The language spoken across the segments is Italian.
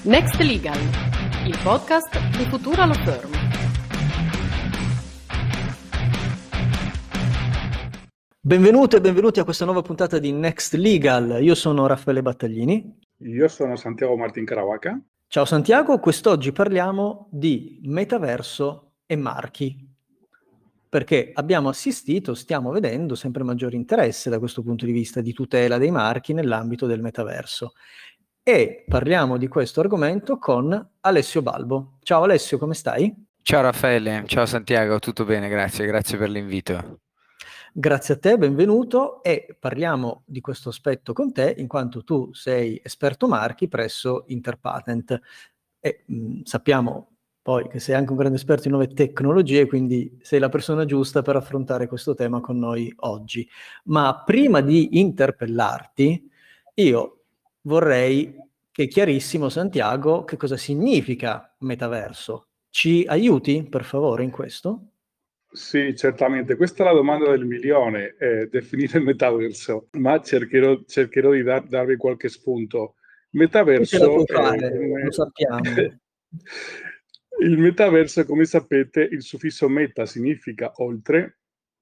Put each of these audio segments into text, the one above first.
Next Legal, il podcast di Futura Law Firm. Benvenute e benvenuti a questa nuova puntata di Next Legal. Io sono Raffaele Battaglini. Io sono Santiago Martin Caravaca. Ciao Santiago, quest'oggi parliamo di metaverso e marchi, perché abbiamo assistito, stiamo vedendo sempre maggiore interesse da questo punto di vista di tutela dei marchi nell'ambito del metaverso. E parliamo di questo argomento con Alessio Balbo. Ciao Alessio, come stai? Ciao Raffaele, ciao Santiago, tutto bene, grazie per l'invito. Grazie a te, benvenuto, e parliamo di questo aspetto con te in quanto tu sei esperto marchi presso Interpatent e sappiamo poi che sei anche un grande esperto in nuove tecnologie, quindi sei la persona giusta per affrontare questo tema con noi oggi. Ma prima di interpellarti, io vorrei che chiarissimo, Santiago, che cosa significa metaverso. Ci aiuti, per favore, in questo? Sì, certamente. Questa è la domanda del milione, definire il metaverso, ma cercherò di darvi qualche spunto. Tu ce la puoi Metaverso fare, lo sappiamo. Il metaverso, come sapete, il suffisso meta significa oltre,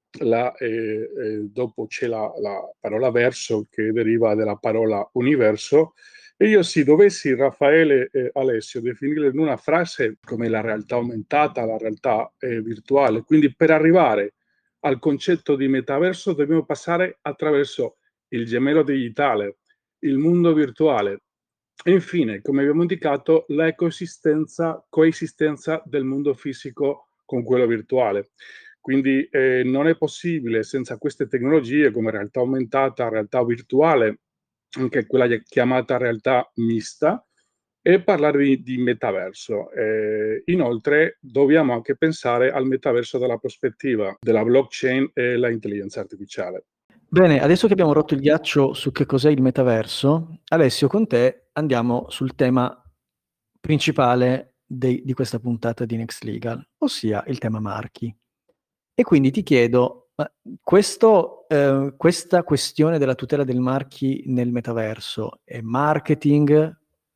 dopo c'è la parola verso che deriva dalla parola universo. E io se dovessi, Raffaele e Alessio, definirlo in una frase come la realtà aumentata, la realtà virtuale, quindi per arrivare al concetto di metaverso dobbiamo passare attraverso il gemello digitale, il mondo virtuale e infine, come abbiamo indicato, la coesistenza del mondo fisico con quello virtuale. Quindi non è possibile senza queste tecnologie come realtà aumentata, realtà virtuale, anche quella chiamata realtà mista, e parlare di metaverso. Inoltre dobbiamo anche pensare al metaverso dalla prospettiva della blockchain e l'intelligenza artificiale. Bene, adesso che abbiamo rotto il ghiaccio su che cos'è il metaverso, Alessio, con te andiamo sul tema principale di questa puntata di Next Legal, ossia il tema marchi. E quindi ti chiedo, questa questione della tutela dei marchi nel metaverso è marketing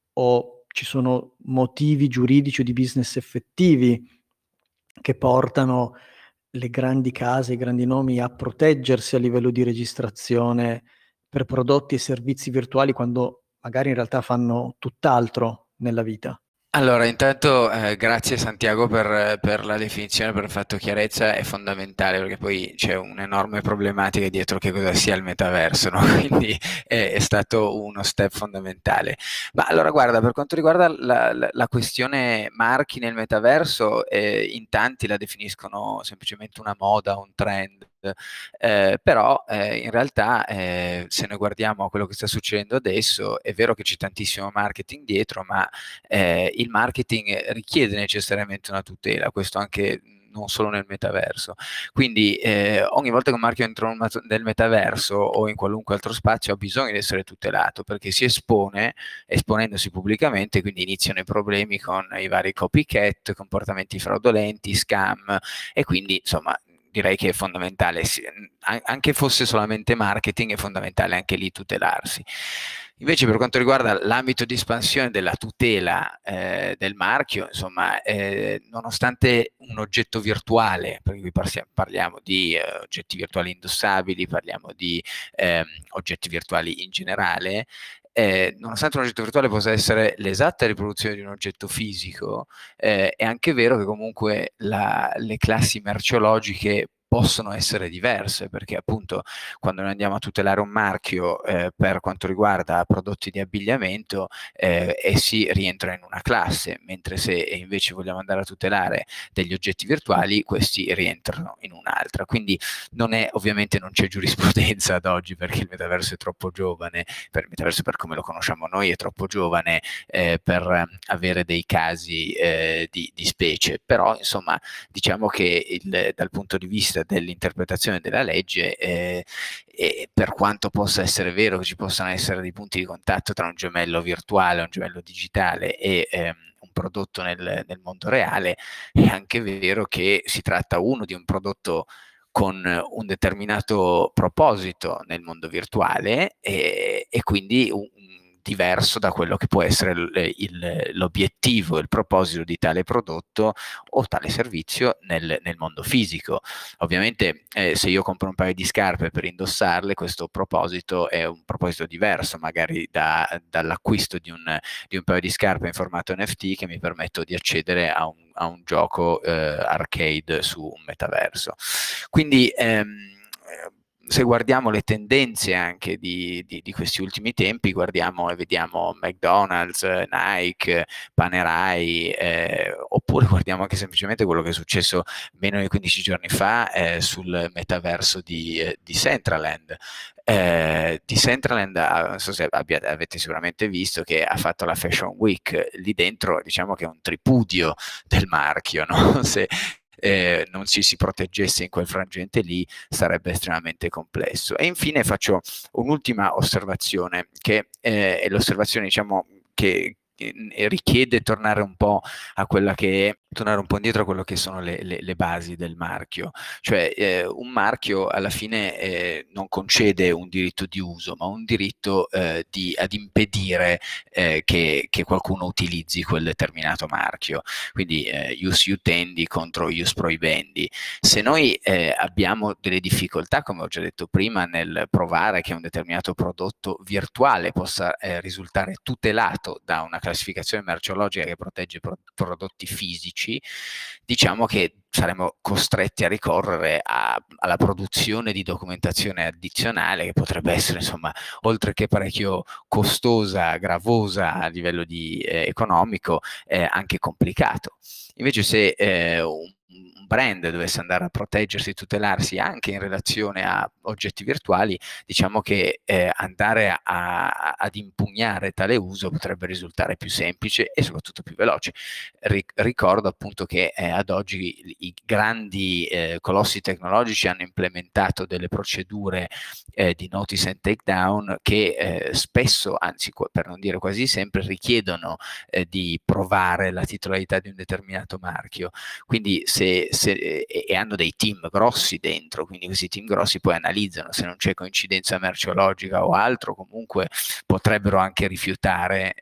o ci sono motivi giuridici o di business effettivi che portano le grandi case, i grandi nomi a proteggersi a livello di registrazione per prodotti e servizi virtuali quando magari in realtà fanno tutt'altro nella vita? Allora, intanto grazie Santiago per la definizione, per aver fatto chiarezza, è fondamentale perché poi c'è un'enorme problematica dietro che cosa sia il metaverso, no? Quindi è stato uno step fondamentale. Ma allora guarda, per quanto riguarda la questione marchi nel metaverso, in tanti la definiscono semplicemente una moda, un trend. Però in realtà se noi guardiamo a quello che sta succedendo adesso, è vero che c'è tantissimo marketing dietro, ma il marketing richiede necessariamente una tutela, questo anche non solo nel metaverso. Quindi ogni volta che un marchio entra nel metaverso o in qualunque altro spazio ha bisogno di essere tutelato perché si espone, esponendosi pubblicamente, quindi iniziano i problemi con i vari copycat, comportamenti fraudolenti, scam, e quindi insomma direi che è fondamentale, anche fosse solamente marketing, è fondamentale anche lì tutelarsi. Invece per quanto riguarda l'ambito di espansione della tutela del marchio, insomma, nonostante un oggetto virtuale, perché qui parliamo di oggetti virtuali indossabili, parliamo di oggetti virtuali in generale, nonostante un oggetto virtuale possa essere l'esatta riproduzione di un oggetto fisico, è anche vero che comunque le classi merceologiche possono essere diverse, perché appunto quando noi andiamo a tutelare un marchio per quanto riguarda prodotti di abbigliamento, essi rientrano in una classe, mentre se invece vogliamo andare a tutelare degli oggetti virtuali, questi rientrano in un'altra. Quindi ovviamente non c'è giurisprudenza ad oggi, perché il metaverso è troppo giovane, il metaverso per come lo conosciamo noi è troppo giovane per avere dei casi di specie, però insomma diciamo che dal punto di vista dell'interpretazione della legge, per quanto possa essere vero che ci possano essere dei punti di contatto tra un gemello virtuale, un gemello digitale e un prodotto nel mondo reale, è anche vero che si tratta di un prodotto con un determinato proposito nel mondo virtuale e quindi diverso da quello che può essere l'obiettivo, il proposito di tale prodotto o tale servizio nel mondo fisico. Ovviamente se io compro un paio di scarpe per indossarle, questo proposito è un proposito diverso, magari dall'acquisto di un paio di scarpe in formato NFT che mi permetto di accedere a un gioco arcade su un metaverso. Quindi se guardiamo le tendenze anche di questi ultimi tempi, guardiamo e vediamo McDonald's, Nike, Panerai, oppure guardiamo anche semplicemente quello che è successo meno di 15 giorni fa sul metaverso di Decentraland. Decentraland, non so se avete sicuramente visto che ha fatto la Fashion Week. Lì dentro diciamo che è un tripudio del marchio, no? Se non ci si proteggesse in quel frangente lì sarebbe estremamente complesso. E infine faccio un'ultima osservazione, che è l'osservazione, diciamo, che richiede tornare un po' indietro a quello che sono le basi del marchio. Cioè un marchio alla fine non concede un diritto di uso, ma un diritto ad impedire che qualcuno utilizzi quel determinato marchio. Quindi ius iutendi contro ius proibendi. Se noi abbiamo delle difficoltà, come ho già detto prima, nel provare che un determinato prodotto virtuale possa risultare tutelato da una classificazione merceologica che protegge prodotti fisici, diciamo che saremo costretti a ricorrere alla produzione di documentazione addizionale, che potrebbe essere, insomma, oltre che parecchio costosa, gravosa a livello economico, anche complicato. Invece se un brand dovesse andare a proteggersi, tutelarsi anche in relazione a oggetti virtuali, diciamo che andare ad impugnare tale uso potrebbe risultare più semplice e soprattutto più veloce. Ricordo appunto che ad oggi i grandi colossi tecnologici hanno implementato delle procedure di notice and takedown che spesso, anzi per non dire quasi sempre, richiedono di provare la titolarità di un determinato marchio. Quindi e hanno dei team grossi dentro, quindi questi team grossi poi analizzano, se non c'è coincidenza merceologica o altro, comunque potrebbero anche rifiutare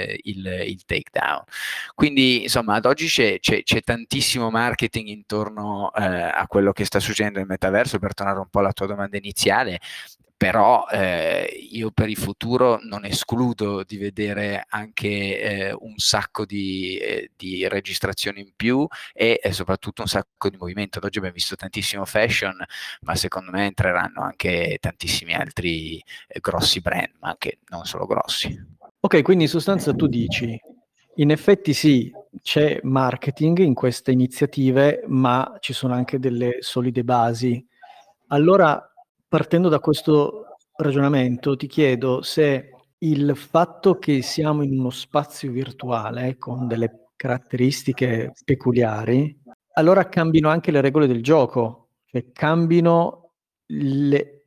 il takedown. Quindi insomma ad oggi c'è tantissimo marketing intorno a quello che sta succedendo nel metaverso. Per tornare un po' alla tua domanda iniziale, però io per il futuro non escludo di vedere anche un sacco di registrazioni in più e soprattutto un sacco di movimento. Ad oggi abbiamo visto tantissimo fashion, ma secondo me entreranno anche tantissimi altri grossi brand, ma anche non solo grossi. Ok, quindi in sostanza tu dici, in effetti sì, c'è marketing in queste iniziative, ma ci sono anche delle solide basi. Allora, partendo da questo ragionamento, ti chiedo se il fatto che siamo in uno spazio virtuale con delle caratteristiche peculiari, allora cambino anche le regole del gioco, cioè cambino le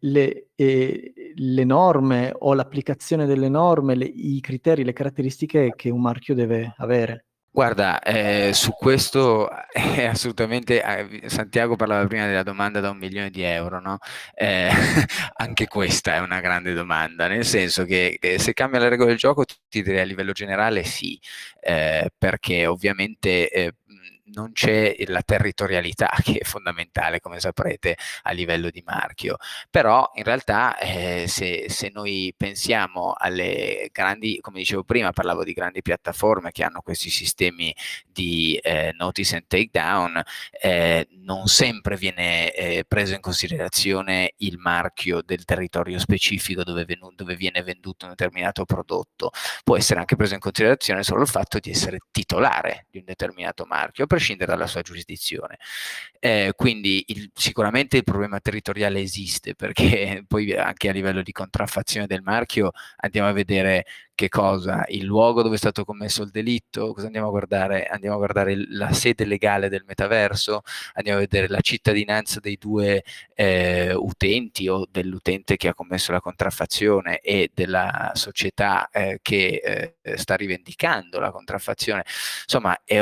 norme o l'applicazione delle norme, i criteri, le caratteristiche che un marchio deve avere. Guarda, su questo è assolutamente, Santiago parlava prima della domanda da 1 milione di euro, no? Anche questa è una grande domanda, nel senso che se cambia le regole del gioco, ti direi a livello generale sì, perché ovviamente non c'è la territorialità che è fondamentale, come saprete, a livello di marchio. Però in realtà se noi pensiamo alle grandi, come dicevo prima, parlavo di grandi piattaforme che hanno questi sistemi di notice and takedown, non sempre viene preso in considerazione il marchio del territorio specifico dove viene venduto un determinato prodotto. Può essere anche preso in considerazione solo il fatto di essere titolare di un determinato marchio, a prescindere dalla sua giurisdizione. Quindi sicuramente il problema territoriale esiste, perché poi anche a livello di contraffazione del marchio andiamo a vedere che cosa, il luogo dove è stato commesso il delitto, cosa andiamo a guardare? Andiamo a guardare la sede legale del metaverso, andiamo a vedere la cittadinanza dei due utenti o dell'utente che ha commesso la contraffazione e della società che sta rivendicando la contraffazione. Insomma, è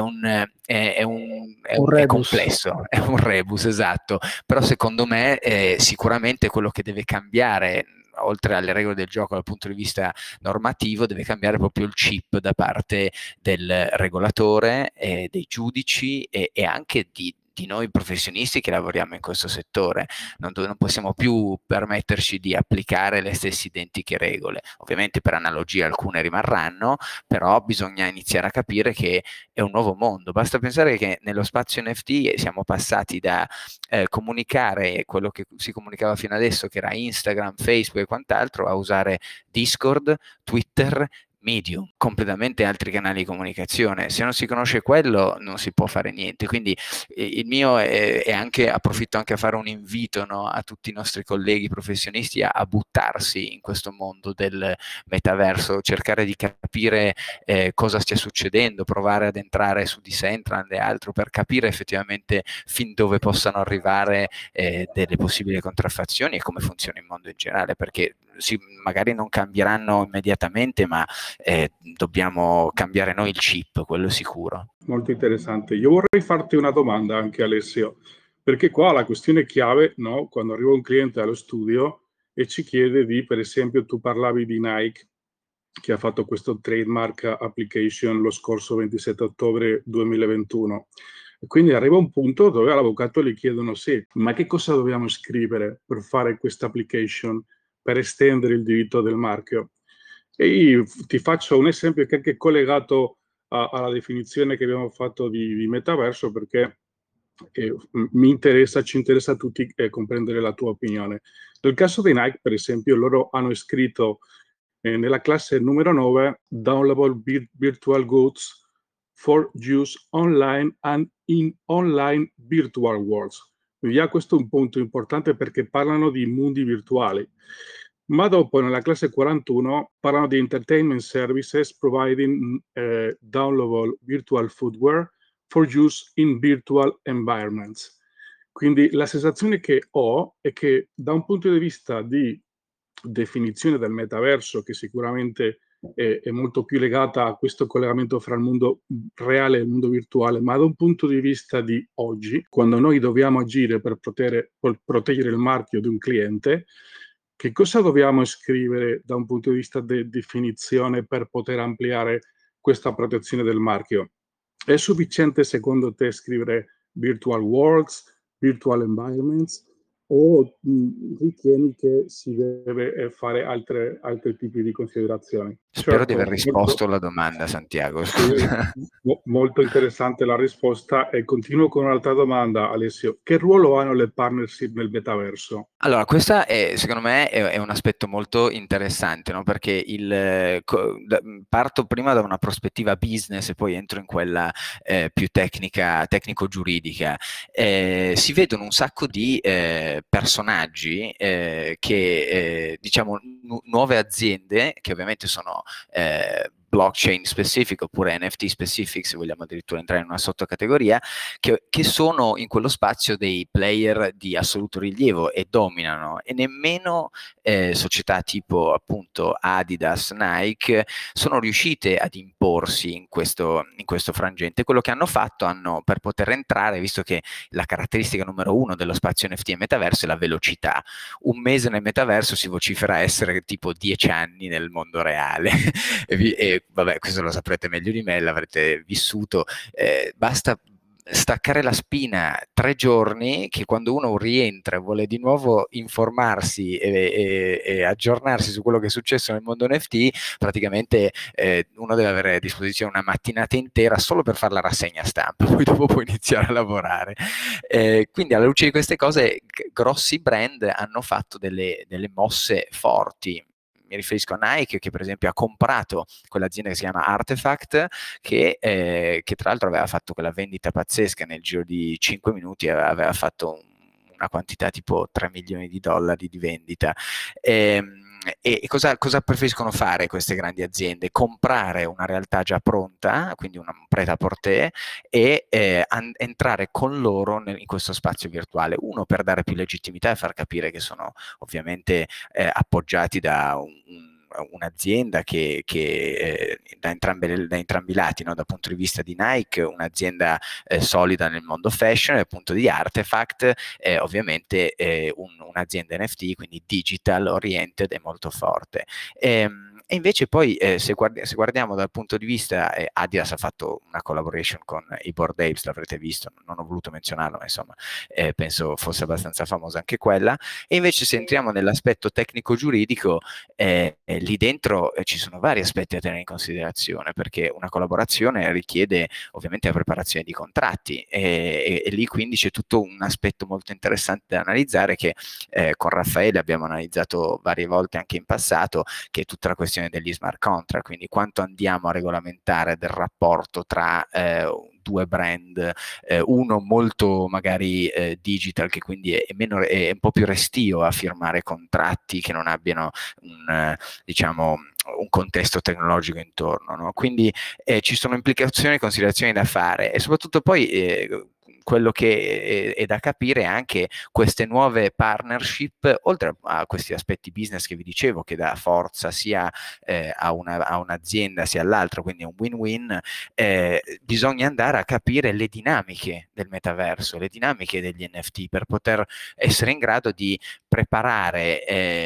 complesso, è un rebus, esatto, però secondo me sicuramente quello che deve cambiare oltre alle regole del gioco dal punto di vista normativo, deve cambiare proprio il chip da parte del regolatore, dei giudici e anche di noi professionisti che lavoriamo in questo settore. Non possiamo più permetterci di applicare le stesse identiche regole. Ovviamente per analogia alcune rimarranno, però bisogna iniziare a capire che è un nuovo mondo. Basta pensare che nello spazio NFT siamo passati da comunicare quello che si comunicava fino adesso, che era Instagram, Facebook e quant'altro, a usare Discord, Twitter, Medium, completamente altri canali di comunicazione. Se non si conosce quello non si può fare niente. Quindi il mio è anche, approfitto anche a fare un invito, no, a tutti i nostri colleghi professionisti a buttarsi in questo mondo del metaverso, cercare di capire cosa stia succedendo, provare ad entrare su Decentraland e altro per capire effettivamente fin dove possano arrivare delle possibili contraffazioni e come funziona il mondo in generale, perché magari non cambieranno immediatamente, ma dobbiamo cambiare noi il chip, quello sicuro. Molto interessante. Io vorrei farti una domanda anche, Alessio, perché qua la questione chiave, no, quando arriva un cliente allo studio e ci chiede di, per esempio, tu parlavi di Nike, che ha fatto questo trademark application lo scorso 27 ottobre 2021. E quindi arriva un punto dove all'avvocato gli chiedono sì, ma che cosa dobbiamo scrivere per fare questa application, per estendere il diritto del marchio? E io ti faccio un esempio che è anche collegato alla definizione che abbiamo fatto di metaverso, perché ci interessa a tutti comprendere la tua opinione. Nel caso di Nike, per esempio, loro hanno scritto nella classe numero 9 Downloadable Virtual Goods for use online and in online virtual worlds. Quindi già questo è un punto importante perché parlano di mondi virtuali. Ma dopo nella classe 41 parlano di entertainment services providing downloadable virtual footwear for use in virtual environments. Quindi la sensazione che ho è che da un punto di vista di definizione del metaverso, che sicuramente è molto più legata a questo collegamento fra il mondo reale e il mondo virtuale, ma da un punto di vista di oggi, quando noi dobbiamo agire per proteggere il marchio di un cliente, che cosa dobbiamo scrivere da un punto di vista di definizione per poter ampliare questa protezione del marchio? È sufficiente secondo te scrivere virtual worlds, virtual environments, o ritieni che si deve fare altri tipi di considerazioni? Spero di aver risposto alla domanda, Santiago. Molto interessante la risposta e continuo con un'altra domanda, Alessio. Che ruolo hanno le partnership nel metaverso? Allora, questa secondo me è un aspetto molto interessante, no? Perché parto prima da una prospettiva business e poi entro in quella più tecnico-giuridica. Si vedono un sacco di personaggi che, diciamo, nuove aziende che ovviamente sono blockchain specific oppure NFT specific, se vogliamo addirittura entrare in una sottocategoria, che sono in quello spazio dei player di assoluto rilievo e dominano, e nemmeno società tipo appunto Adidas, Nike sono riuscite ad imporsi in questo frangente. Quello che hanno fatto, per poter entrare, visto che la caratteristica numero uno dello spazio NFT e metaverso è la velocità, un mese nel metaverso si vocifera essere tipo 10 anni nel mondo reale e vabbè, questo lo saprete meglio di me, l'avrete vissuto, basta staccare la spina 3 giorni che quando uno rientra e vuole di nuovo informarsi e aggiornarsi su quello che è successo nel mondo NFT, praticamente uno deve avere a disposizione una mattinata intera solo per fare la rassegna stampa, poi dopo può iniziare a lavorare. Quindi alla luce di queste cose grossi brand hanno fatto delle mosse forti. Mi riferisco a Nike, che per esempio ha comprato quell'azienda che si chiama Artefact, che tra l'altro aveva fatto quella vendita pazzesca nel giro di 5 minuti, aveva fatto una quantità tipo $3 milioni di vendita. E cosa preferiscono fare queste grandi aziende? Comprare una realtà già pronta, quindi un prêt-à-porter, e entrare con loro in questo spazio virtuale. Uno, per dare più legittimità e far capire che sono ovviamente appoggiati da un'azienda che da entrambi i lati, no? Dal punto di vista di Nike, un'azienda solida nel mondo fashion, e dal punto di Artefact ovviamente un'azienda NFT, quindi digital oriented e molto forte. E invece poi se guardiamo dal punto di vista, Adidas ha fatto una collaboration con i Bored Apes, l'avrete visto, non ho voluto menzionarlo, ma insomma penso fosse abbastanza famosa anche quella. E invece se entriamo nell'aspetto tecnico-giuridico, lì dentro ci sono vari aspetti a tenere in considerazione, perché una collaborazione richiede ovviamente la preparazione di contratti e lì quindi c'è tutto un aspetto molto interessante da analizzare che con Raffaele abbiamo analizzato varie volte anche in passato, che è tutta la questione degli smart contract, quindi quanto andiamo a regolamentare del rapporto tra due brand, uno molto magari digital, che quindi è un po' più restio a firmare contratti che non abbiano diciamo un contesto tecnologico intorno, no? Quindi ci sono implicazioni e considerazioni da fare, e soprattutto poi quello che è da capire è anche queste nuove partnership, oltre a questi aspetti business che vi dicevo, che dà forza sia a un'azienda sia all'altra, quindi è un win-win. Bisogna andare a capire le dinamiche del metaverso, le dinamiche degli NFT, per poter essere in grado di preparare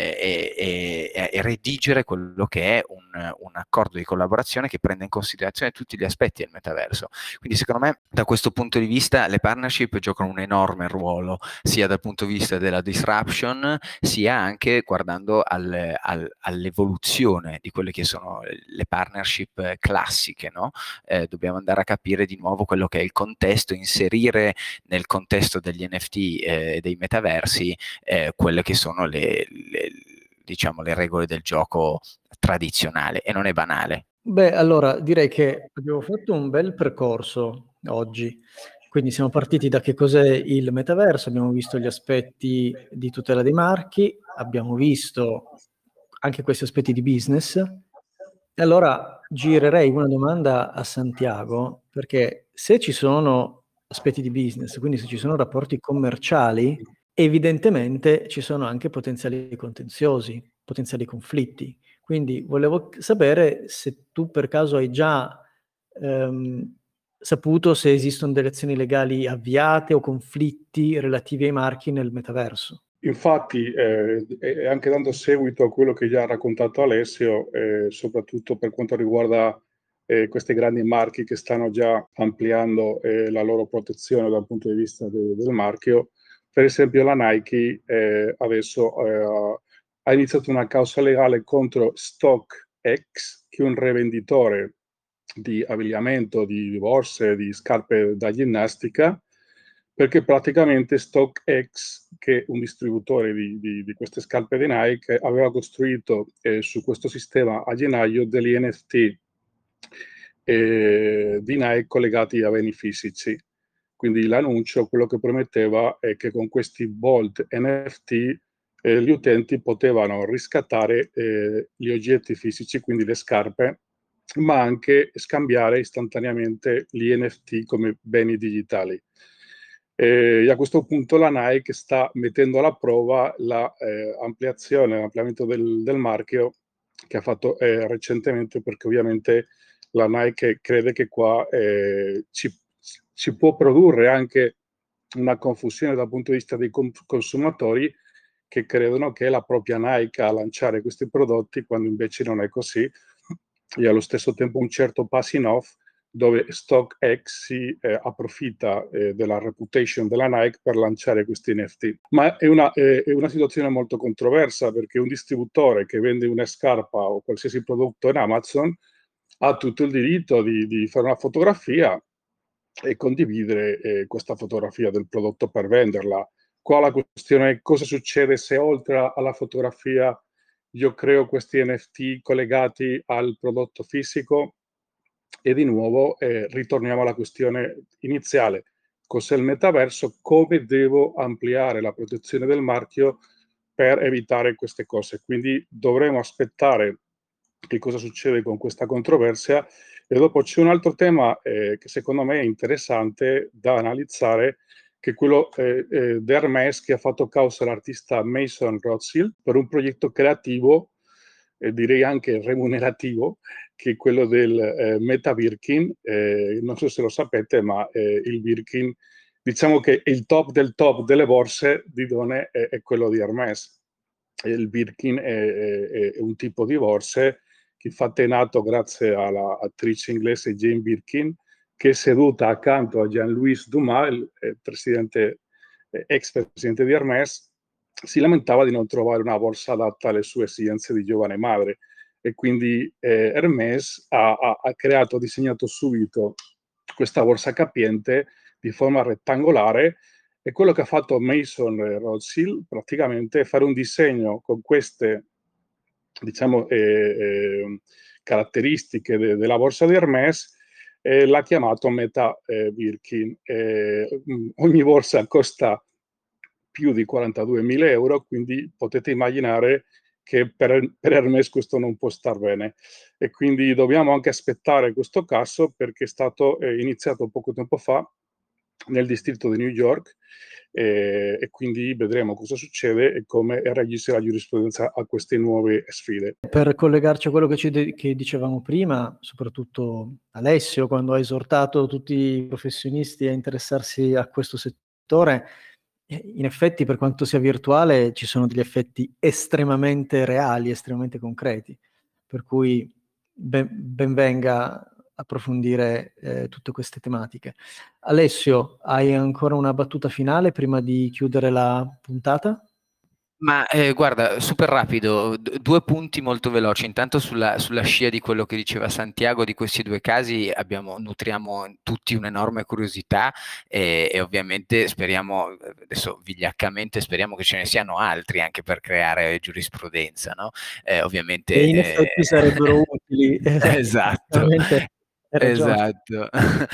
e redigere quello che è un accordo di collaborazione che prenda in considerazione tutti gli aspetti del metaverso. Quindi secondo me da questo punto di vista le partnership giocano un enorme ruolo, sia dal punto di vista della disruption, sia anche guardando all'evoluzione di quelle che sono le partnership classiche, no? Dobbiamo andare a capire di nuovo quello che è il contesto, inserire nel contesto degli NFT e dei metaversi quelle che sono diciamo, le regole del gioco tradizionale, e non è banale. Beh, allora direi che abbiamo fatto un bel percorso oggi. Quindi siamo partiti da che cos'è il metaverso, abbiamo visto gli aspetti di tutela dei marchi, abbiamo visto anche questi aspetti di business. E allora girerei una domanda a Santiago, perché se ci sono aspetti di business, quindi se ci sono rapporti commerciali, evidentemente ci sono anche potenziali contenziosi, potenziali conflitti. Quindi volevo sapere se tu per caso hai già saputo se esistono delle azioni legali avviate o conflitti relativi ai marchi nel metaverso. Infatti, anche dando seguito a quello che già ha raccontato Alessio, soprattutto per quanto riguarda questi grandi marchi che stanno già ampliando la loro protezione dal punto di vista del marchio, per esempio la Nike adesso ha iniziato una causa legale contro StockX, che è un rivenditore di abbigliamento, di borse, di scarpe da ginnastica, perché praticamente StockX, che è un distributore di queste scarpe di Nike, aveva costruito su questo sistema a gennaio degli NFT di Nike collegati a beni fisici. Quindi l'annuncio, quello che prometteva è che con questi Bolt NFT gli utenti potevano riscattare gli oggetti fisici, quindi le scarpe, ma anche scambiare istantaneamente gli NFT come beni digitali. E a questo punto la Nike sta mettendo alla prova l'ampliamento del marchio che ha fatto recentemente, perché ovviamente la Nike crede che qua ci può produrre anche una confusione dal punto di vista dei consumatori, che credono che è la propria Nike a lanciare questi prodotti, quando invece non è così, e allo stesso tempo un certo passing off dove StockX si approfitta della reputation della Nike per lanciare questi NFT. Ma è una situazione molto controversa, perché un distributore che vende una scarpa o qualsiasi prodotto in Amazon ha tutto il diritto di fare una fotografia e condividere questa fotografia del prodotto per venderla. Qua la questione è cosa succede se oltre alla fotografia io creo questi NFT collegati al prodotto fisico. E di nuovo ritorniamo alla questione iniziale: cos'è il metaverso, come devo ampliare la protezione del marchio per evitare queste cose. Quindi dovremo aspettare che cosa succede con questa controversia. E dopo c'è un altro tema che secondo me è interessante da analizzare, che è quello di Hermès, che ha fatto causa all'artista Mason Rothschild per un progetto creativo direi anche remunerativo, che è quello del Meta Birkin. Non so se lo sapete, ma il Birkin, diciamo che il top del top delle borse di donne è quello di Hermès. Il Birkin è un tipo di borse che infatti è nato grazie all'attrice inglese Jane Birkin, che è seduta accanto a Jean-Louis Dumas, il ex presidente di Hermès. Si lamentava di non trovare una borsa adatta alle sue esigenze di giovane madre, e quindi Hermès ha disegnato subito questa borsa capiente di forma rettangolare, e quello che ha fatto Mason Rothschild praticamente è fare un disegno con queste, diciamo, caratteristiche della borsa di Hermès, e l'ha chiamato Meta Birkin. Ogni borsa costa più di 42.000 euro, quindi potete immaginare che per Hermès questo non può star bene, e quindi dobbiamo anche aspettare questo caso, perché è stato iniziato poco tempo fa nel distretto di New York, e quindi vedremo cosa succede e come reagisce la giurisprudenza a queste nuove sfide. Per collegarci a quello che dicevamo prima, soprattutto Alessio, quando ha esortato tutti i professionisti a interessarsi a questo settore, in effetti, per quanto sia virtuale, ci sono degli effetti estremamente reali, estremamente concreti, per cui ben venga approfondire tutte queste tematiche. Alessio, hai ancora una battuta finale prima di chiudere la puntata? Ma guarda, super rapido, due punti molto veloci. Intanto sulla scia di quello che diceva Santiago di questi due casi nutriamo tutti un'enorme curiosità, e ovviamente speriamo, adesso vigliaccamente speriamo che ce ne siano altri anche per creare giurisprudenza, no? Ovviamente e in effetti sarebbero utili. Esatto. Esatto.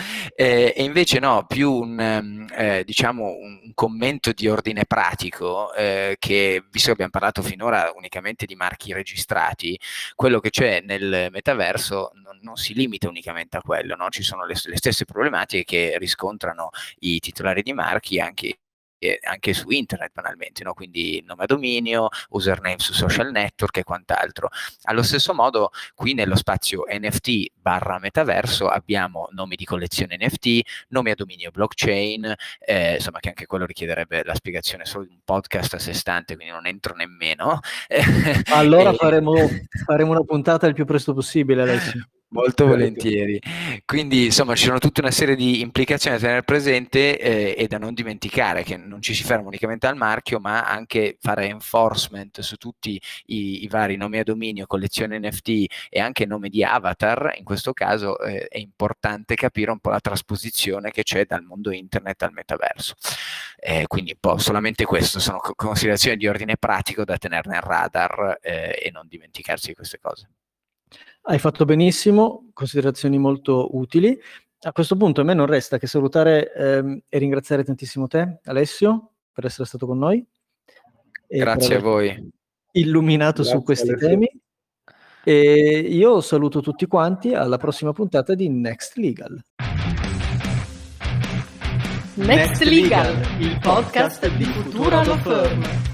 E invece no, più diciamo un commento di ordine pratico, che visto che abbiamo parlato finora unicamente di marchi registrati, quello che c'è nel metaverso non si limita unicamente a quello, no? Ci sono le stesse problematiche che riscontrano i titolari di marchi anche su internet banalmente, no? Quindi nome a dominio, username su social network e quant'altro. Allo stesso modo qui nello spazio NFT/metaverso abbiamo nomi di collezione NFT, nomi a dominio blockchain, insomma, che anche quello richiederebbe la spiegazione solo di un podcast a sé stante, quindi non entro nemmeno. Allora faremo una puntata il più presto possibile, Alessio. Molto volentieri. Quindi insomma ci sono tutta una serie di implicazioni da tenere presente, e da non dimenticare che non ci si ferma unicamente al marchio, ma anche fare enforcement su tutti i vari nomi a dominio, collezione NFT e anche nome di avatar. In questo caso è importante capire un po' la trasposizione che c'è dal mondo internet al metaverso. Quindi un po' solamente questo, sono considerazioni di ordine pratico da tenere nel radar, e non dimenticarsi di queste cose. Hai fatto benissimo, considerazioni molto utili. A questo punto a me non resta che salutare e ringraziare tantissimo te, Alessio, per essere stato con noi. Grazie a voi. Illuminato su questi temi. E io saluto tutti quanti alla prossima puntata di Next Legal. Next Legal, il podcast di Futura Law Firm.